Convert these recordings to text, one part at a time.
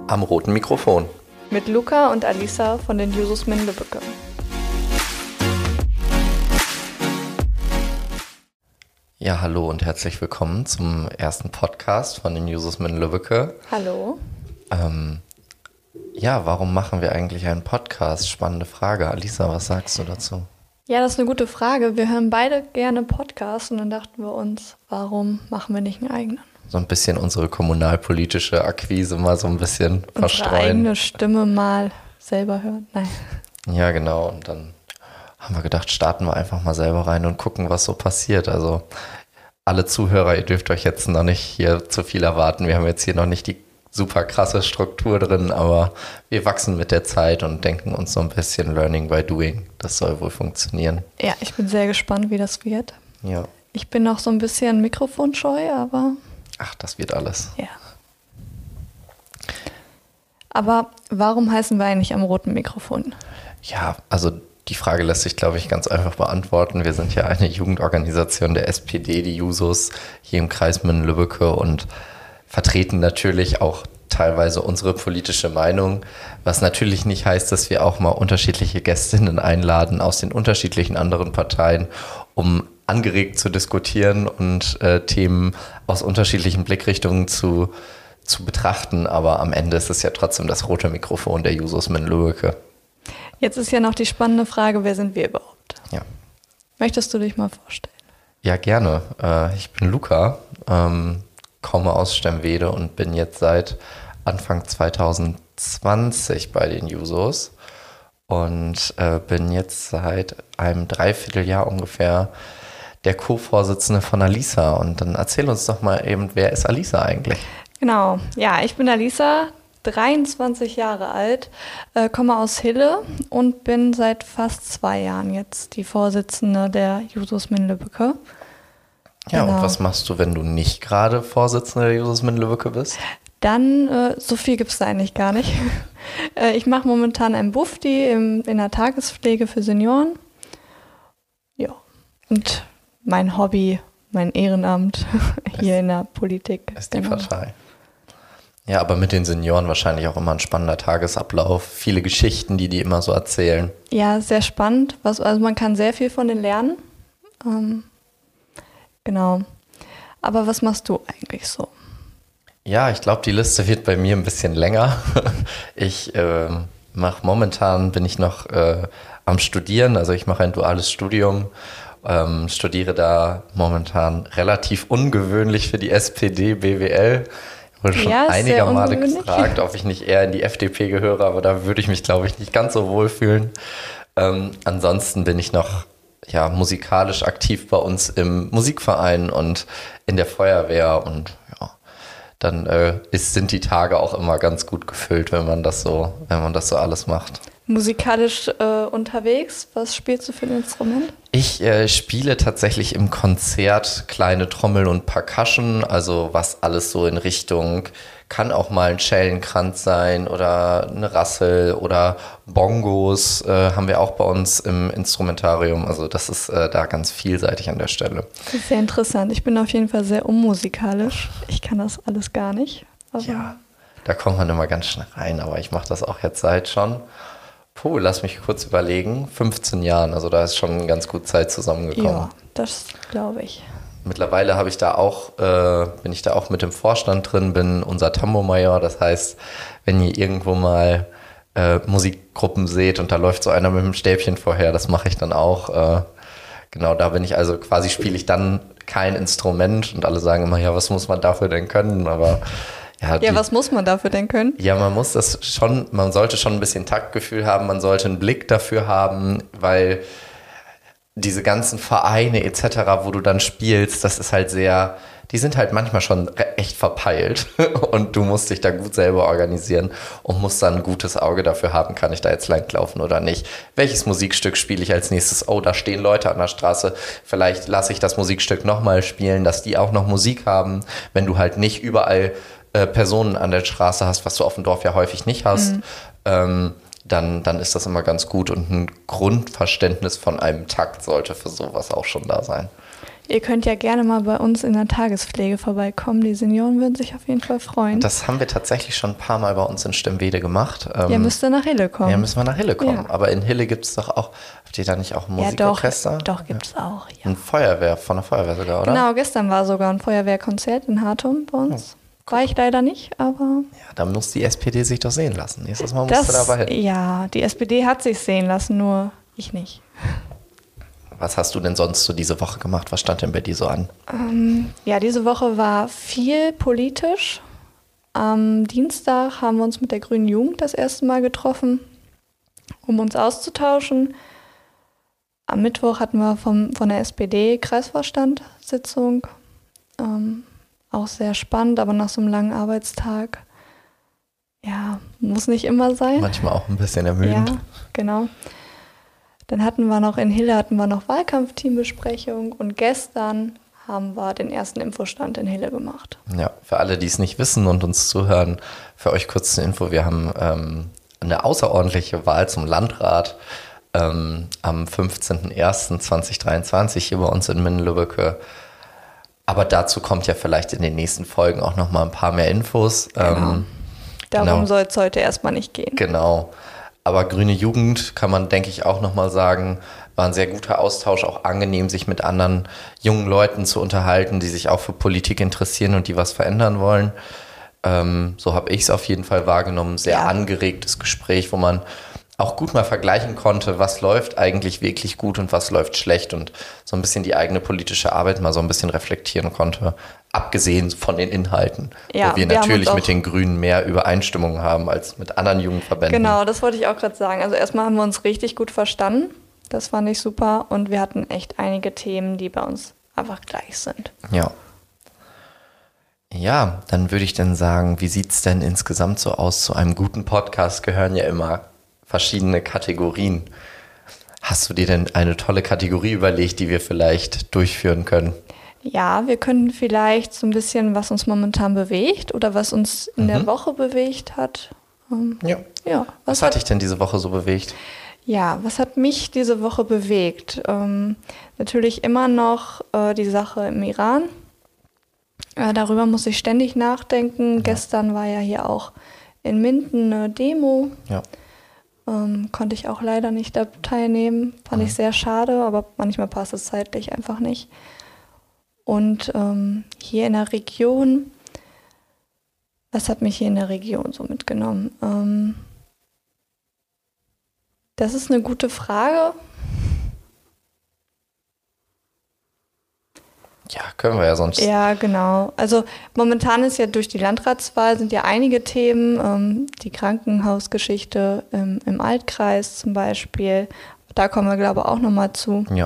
Am roten Mikrofon. Mit Luca und Alisa von den Jusos Lübbecke. Ja, hallo und herzlich willkommen zum ersten Podcast von den Jusos Lübbecke. Hallo. Warum machen wir eigentlich einen Podcast? Spannende Frage. Alisa, was sagst du dazu? Ja, das ist eine gute Frage. Wir hören beide gerne Podcasts und dann dachten wir uns, warum machen wir nicht einen eigenen? So ein bisschen unsere kommunalpolitische Akquise mal so ein bisschen verstreuen. Unsere eigene Stimme mal selber hören. Nein. Ja, genau. Und dann haben wir gedacht, starten wir einfach mal selber rein und gucken, was so passiert. Also alle Zuhörer, ihr dürft euch jetzt noch nicht hier zu viel erwarten. Wir haben jetzt hier noch nicht die super krasse Struktur drin, aber wir wachsen mit der Zeit und denken uns so ein bisschen Learning by Doing. Das soll wohl funktionieren. Ja, ich bin sehr gespannt, wie das wird. Ja. Ich bin noch so ein bisschen mikrofonscheu, aber... Ach, das wird alles. Ja. Aber warum heißen wir eigentlich am roten Mikrofon? Ja, also die Frage lässt sich, glaube ich, ganz einfach beantworten. Wir sind ja eine Jugendorganisation der SPD, die Jusos, hier im Kreis Minden-Lübbecke und vertreten natürlich auch teilweise unsere politische Meinung, was natürlich nicht heißt, dass wir auch mal unterschiedliche Gästinnen einladen aus den unterschiedlichen anderen Parteien, um angeregt zu diskutieren und Themen aus unterschiedlichen Blickrichtungen zu betrachten. Aber am Ende ist es ja trotzdem das rote Mikrofon der Jusos Minden-Lübbecke. Jetzt ist ja noch die spannende Frage, wer sind wir überhaupt? Ja. Möchtest du dich mal vorstellen? Ja, gerne. Ich bin Luca, komme aus Stemwede und bin jetzt seit Anfang 2020 bei den Jusos und bin jetzt seit einem Dreivierteljahr ungefähr der Co-Vorsitzende von Alisa. Und dann erzähl uns doch mal eben, wer ist Alisa eigentlich? Genau, ja, ich bin Alisa, 23 Jahre alt, komme aus Hille und bin seit fast 2 Jahren jetzt die Vorsitzende der Jusos Minden-Lübbecke. Ja, Genau. Und was machst du, wenn du nicht gerade Vorsitzende der Jusos Minden-Lübbecke bist? Dann, so viel gibt es da eigentlich gar nicht. Ich mache momentan ein Bufdi in der Tagespflege für Senioren. Ja, und mein Hobby, mein Ehrenamt hier in der Politik. Ist die Partei. Ja, aber mit den Senioren wahrscheinlich auch immer ein spannender Tagesablauf. Viele Geschichten, die immer so erzählen. Ja, sehr spannend. Also man kann sehr viel von denen lernen. Genau. Aber was machst du eigentlich so? Ja, ich glaube, die Liste wird bei mir ein bisschen länger. Ich bin ich noch am Studieren. Also ich mache ein duales Studium. Studiere da momentan relativ ungewöhnlich für die SPD BWL. Ich wurde schon einige Male gefragt, ob ich nicht eher in die FDP gehöre, aber da würde ich mich, glaube ich, nicht ganz so wohlfühlen. Ansonsten bin ich noch musikalisch aktiv bei uns im Musikverein und in der Feuerwehr und ja, dann sind die Tage auch immer ganz gut gefüllt, wenn man das so alles macht. Musikalisch unterwegs, was spielst du für ein Instrument? Ich spiele tatsächlich im Konzert kleine Trommel und Percussion, also was alles so in Richtung, kann auch mal ein Schellenkranz sein oder eine Rassel oder Bongos haben wir auch bei uns im Instrumentarium, also das ist da ganz vielseitig an der Stelle. Das ist sehr interessant, ich bin auf jeden Fall sehr unmusikalisch, ich kann das alles gar nicht. Aber ja, da kommt man immer ganz schnell rein, aber ich mache das auch jetzt seit schon... lass mich kurz überlegen. 15 Jahren, also da ist schon ganz gut Zeit zusammengekommen. Ja, das glaube ich. Mittlerweile bin ich da auch mit im Vorstand drin, bin unser Tambourmajor. Das heißt, wenn ihr irgendwo mal Musikgruppen seht und da läuft so einer mit dem Stäbchen vorher, das mache ich dann auch. Genau, da bin ich also quasi, spiele ich dann kein Instrument und alle sagen immer, ja, was muss man dafür denn können? Aber was muss man dafür denn können? Ja, man sollte schon ein bisschen Taktgefühl haben, man sollte einen Blick dafür haben, weil diese ganzen Vereine etc., wo du dann spielst, das ist halt die sind halt manchmal schon echt verpeilt und du musst dich da gut selber organisieren und musst dann ein gutes Auge dafür haben, kann ich da jetzt langlaufen oder nicht. Welches Musikstück spiele ich als nächstes? Oh, da stehen Leute an der Straße, vielleicht lasse ich das Musikstück nochmal spielen, dass die auch noch Musik haben, wenn du halt nicht überall Personen an der Straße hast, was du auf dem Dorf ja häufig nicht hast, dann dann ist das immer ganz gut und ein Grundverständnis von einem Takt sollte für sowas auch schon da sein. Ihr könnt ja gerne mal bei uns in der Tagespflege vorbeikommen. Die Senioren würden sich auf jeden Fall freuen. Das haben wir tatsächlich schon ein paar Mal bei uns in Stimmwede gemacht. Ja, müsst ihr nach Hille kommen. Ja, müssen wir nach Hille kommen. Ja. Aber in Hille gibt es doch auch, habt ihr da nicht auch ein Musikorchester? Ja, doch gibt es auch. Ja. Ein Feuerwehr, von der Feuerwehr sogar, oder? Genau, gestern war sogar ein Feuerwehrkonzert in Hartum bei uns. War ich leider nicht, aber... Ja, da muss die SPD sich doch sehen lassen. Nächstes Mal musst du dabei hin. Ja, die SPD hat sich sehen lassen, nur ich nicht. Was hast du denn sonst so diese Woche gemacht? Was stand denn bei dir so an? Ja, diese Woche war viel politisch. Am Dienstag haben wir uns mit der Grünen Jugend das erste Mal getroffen, um uns auszutauschen. Am Mittwoch hatten wir von der SPD Kreisvorstandssitzung. Auch sehr spannend, aber nach so einem langen Arbeitstag. Ja, muss nicht immer sein. Manchmal auch ein bisschen ermüdend. Ja, genau. Dann hatten wir noch in Hille Wahlkampfteambesprechung und gestern haben wir den ersten Infostand in Hille gemacht. Ja, für alle, die es nicht wissen und uns zuhören, für euch kurz eine Info. Wir haben eine außerordentliche Wahl zum Landrat am 15.01.2023 hier bei uns in Minden-Lübbecke. Aber dazu kommt ja vielleicht in den nächsten Folgen auch noch mal ein paar mehr Infos. Genau. Darum soll es heute erstmal nicht gehen. Genau. Aber Grüne Jugend kann man, denke ich, auch nochmal sagen, war ein sehr guter Austausch, auch angenehm, sich mit anderen jungen Leuten zu unterhalten, die sich auch für Politik interessieren und die was verändern wollen. So habe ich es auf jeden Fall wahrgenommen. Sehr angeregtes Gespräch, wo man auch gut mal vergleichen konnte, was läuft eigentlich wirklich gut und was läuft schlecht und so ein bisschen die eigene politische Arbeit mal so ein bisschen reflektieren konnte, abgesehen von den Inhalten, wo wir natürlich mit den Grünen mehr Übereinstimmung haben als mit anderen Jugendverbänden. Genau, das wollte ich auch gerade sagen. Also erstmal haben wir uns richtig gut verstanden, das fand ich super und wir hatten echt einige Themen, die bei uns einfach gleich sind. Ja, dann würde ich dann sagen, wie sieht es denn insgesamt so aus? Zu einem guten Podcast gehören ja immer verschiedene Kategorien. Hast du dir denn eine tolle Kategorie überlegt, die wir vielleicht durchführen können? Ja, wir können vielleicht so ein bisschen, was uns momentan bewegt oder was uns in der Woche bewegt hat. Was hat dich denn diese Woche so bewegt? Ja, was hat mich diese Woche bewegt? Natürlich immer noch die Sache im Iran. Darüber muss ich ständig nachdenken. Ja. Gestern war ja hier auch in Minden eine Demo. Ja. Konnte ich auch leider nicht da teilnehmen. Fand ich sehr schade, aber manchmal passt es zeitlich einfach nicht. Und hier in der Region, was hat mich hier in der Region so mitgenommen? Das ist eine gute Frage. Ja, können wir ja sonst. Ja, genau. Also momentan ist ja durch die Landratswahl sind ja einige Themen, die Krankenhausgeschichte im Altkreis zum Beispiel. Da kommen wir, glaube ich, auch nochmal zu. Ja.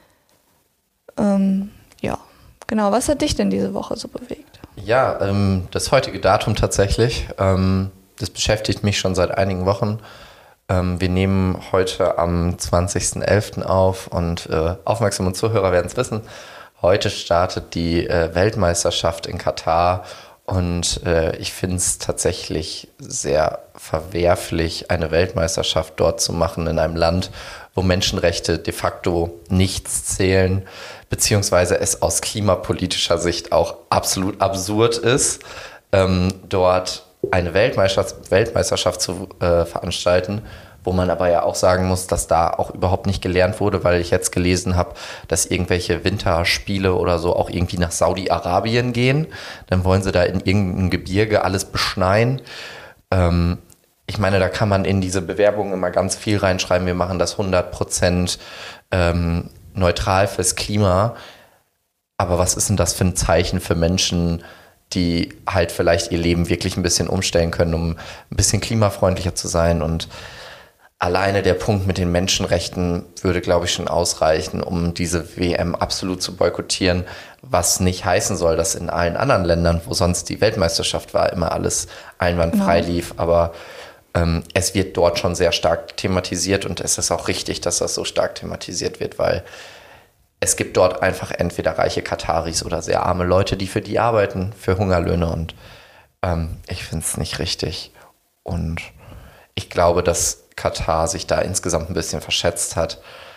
Ja, genau. Was hat dich denn diese Woche so bewegt? Ja, das heutige Datum tatsächlich, das beschäftigt mich schon seit einigen Wochen. Wir nehmen heute am 20.11. auf und aufmerksame Zuhörer werden es wissen. Heute startet die Weltmeisterschaft in Katar und ich finde es tatsächlich sehr verwerflich, eine Weltmeisterschaft dort zu machen in einem Land, wo Menschenrechte de facto nichts zählen, beziehungsweise es aus klimapolitischer Sicht auch absolut absurd ist, dort eine Weltmeisterschaft zu veranstalten, wo man aber ja auch sagen muss, dass da auch überhaupt nicht gelernt wurde, weil ich jetzt gelesen habe, dass irgendwelche Winterspiele oder so auch irgendwie nach Saudi-Arabien gehen. Dann wollen sie da in irgendeinem Gebirge alles beschneien. Ich meine, da kann man in diese Bewerbung immer ganz viel reinschreiben. Wir machen das 100% neutral fürs Klima. Aber was ist denn das für ein Zeichen für Menschen, die halt vielleicht ihr Leben wirklich ein bisschen umstellen können, um ein bisschen klimafreundlicher zu sein? Und alleine der Punkt mit den Menschenrechten würde, glaube ich, schon ausreichen, um diese WM absolut zu boykottieren, was nicht heißen soll, dass in allen anderen Ländern, wo sonst die Weltmeisterschaft war, immer alles einwandfrei lief. Aber es wird dort schon sehr stark thematisiert und es ist auch richtig, dass das so stark thematisiert wird, weil es gibt dort einfach entweder reiche Kataris oder sehr arme Leute, die für die arbeiten, für Hungerlöhne und ich finde es nicht richtig. Und ich glaube, dass Katar sich da insgesamt ein bisschen verschätzt hat.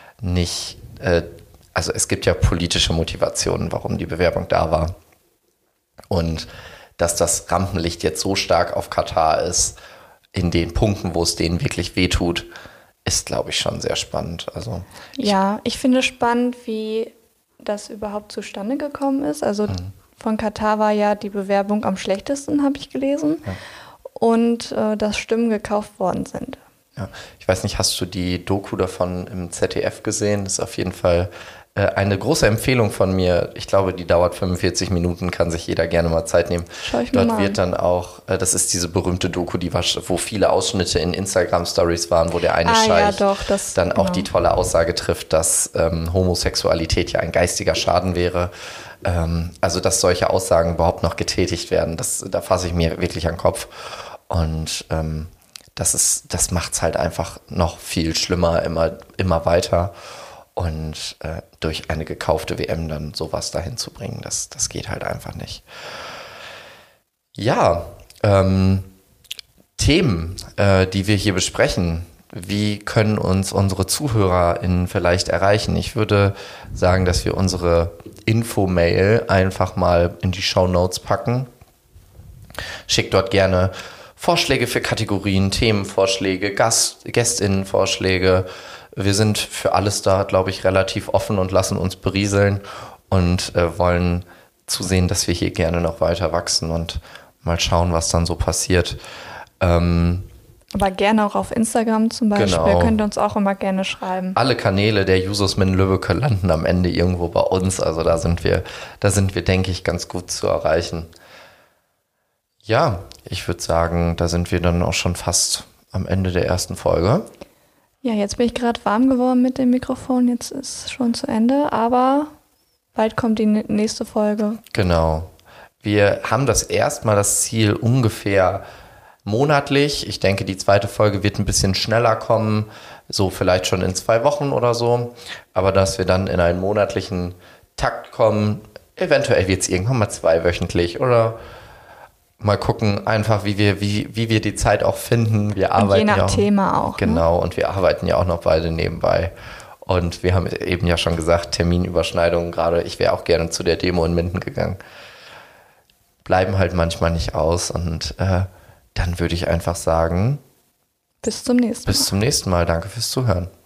Also es gibt ja politische Motivationen, warum die Bewerbung da war. Und dass das Rampenlicht jetzt so stark auf Katar ist, in den Punkten, wo es denen wirklich wehtut, ist, glaube ich, schon sehr spannend. Also ich finde spannend, wie das überhaupt zustande gekommen ist. Also von Katar war ja die Bewerbung am schlechtesten, habe ich gelesen. Ja. Und dass Stimmen gekauft worden sind. Ja, ich weiß nicht, hast du die Doku davon im ZDF gesehen? Das ist auf jeden Fall eine große Empfehlung von mir. Ich glaube, die dauert 45 Minuten, kann sich jeder gerne mal Zeit nehmen. Schau ich mir Dort mal wird an. Dann auch, das ist diese berühmte Doku, wo viele Ausschnitte in Instagram-Stories waren, wo der eine Scheich dann auch die tolle Aussage trifft, dass Homosexualität ja ein geistiger Schaden wäre. Also, dass solche Aussagen überhaupt noch getätigt werden, da fasse ich mir wirklich an den Kopf. Und das macht es halt einfach noch viel schlimmer, immer weiter. Und durch eine gekaufte WM dann sowas dahin zu bringen, das geht halt einfach nicht. Ja, Themen, die wir hier besprechen. Wie können uns unsere ZuhörerInnen vielleicht erreichen? Ich würde sagen, dass wir unsere Info-Mail einfach mal in die Shownotes packen. Schickt dort gerne Vorschläge für Kategorien, Themenvorschläge, GästInnenvorschläge. Wir sind für alles da, glaube ich, relativ offen und lassen uns berieseln und wollen zusehen, dass wir hier gerne noch weiter wachsen und mal schauen, was dann so passiert. Aber gerne auch auf Instagram zum Beispiel. Genau. Könnt ihr uns auch immer gerne schreiben. Alle Kanäle der Jusos Min Lübbecke landen am Ende irgendwo bei uns. Also da sind wir, denke ich, ganz gut zu erreichen. Ja, ich würde sagen, da sind wir dann auch schon fast am Ende der ersten Folge. Ja, jetzt bin ich gerade warm geworden mit dem Mikrofon. Jetzt ist es schon zu Ende, aber bald kommt die nächste Folge. Genau. Wir haben erstmal das Ziel ungefähr monatlich. Ich denke, die zweite Folge wird ein bisschen schneller kommen, so vielleicht schon in 2 Wochen oder so. Aber dass wir dann in einen monatlichen Takt kommen, eventuell wird es irgendwann mal 2-wöchentlich oder mal gucken einfach, wie wir die Zeit auch finden. Wir arbeiten je nach Thema auch. Genau, und wir arbeiten ja auch noch beide nebenbei. Und wir haben eben ja schon gesagt, Terminüberschneidungen gerade. Ich wäre auch gerne zu der Demo in Minden gegangen. Bleiben halt manchmal nicht aus. Und dann würde ich einfach sagen, bis zum nächsten Mal. Bis zum nächsten Mal. Danke fürs Zuhören.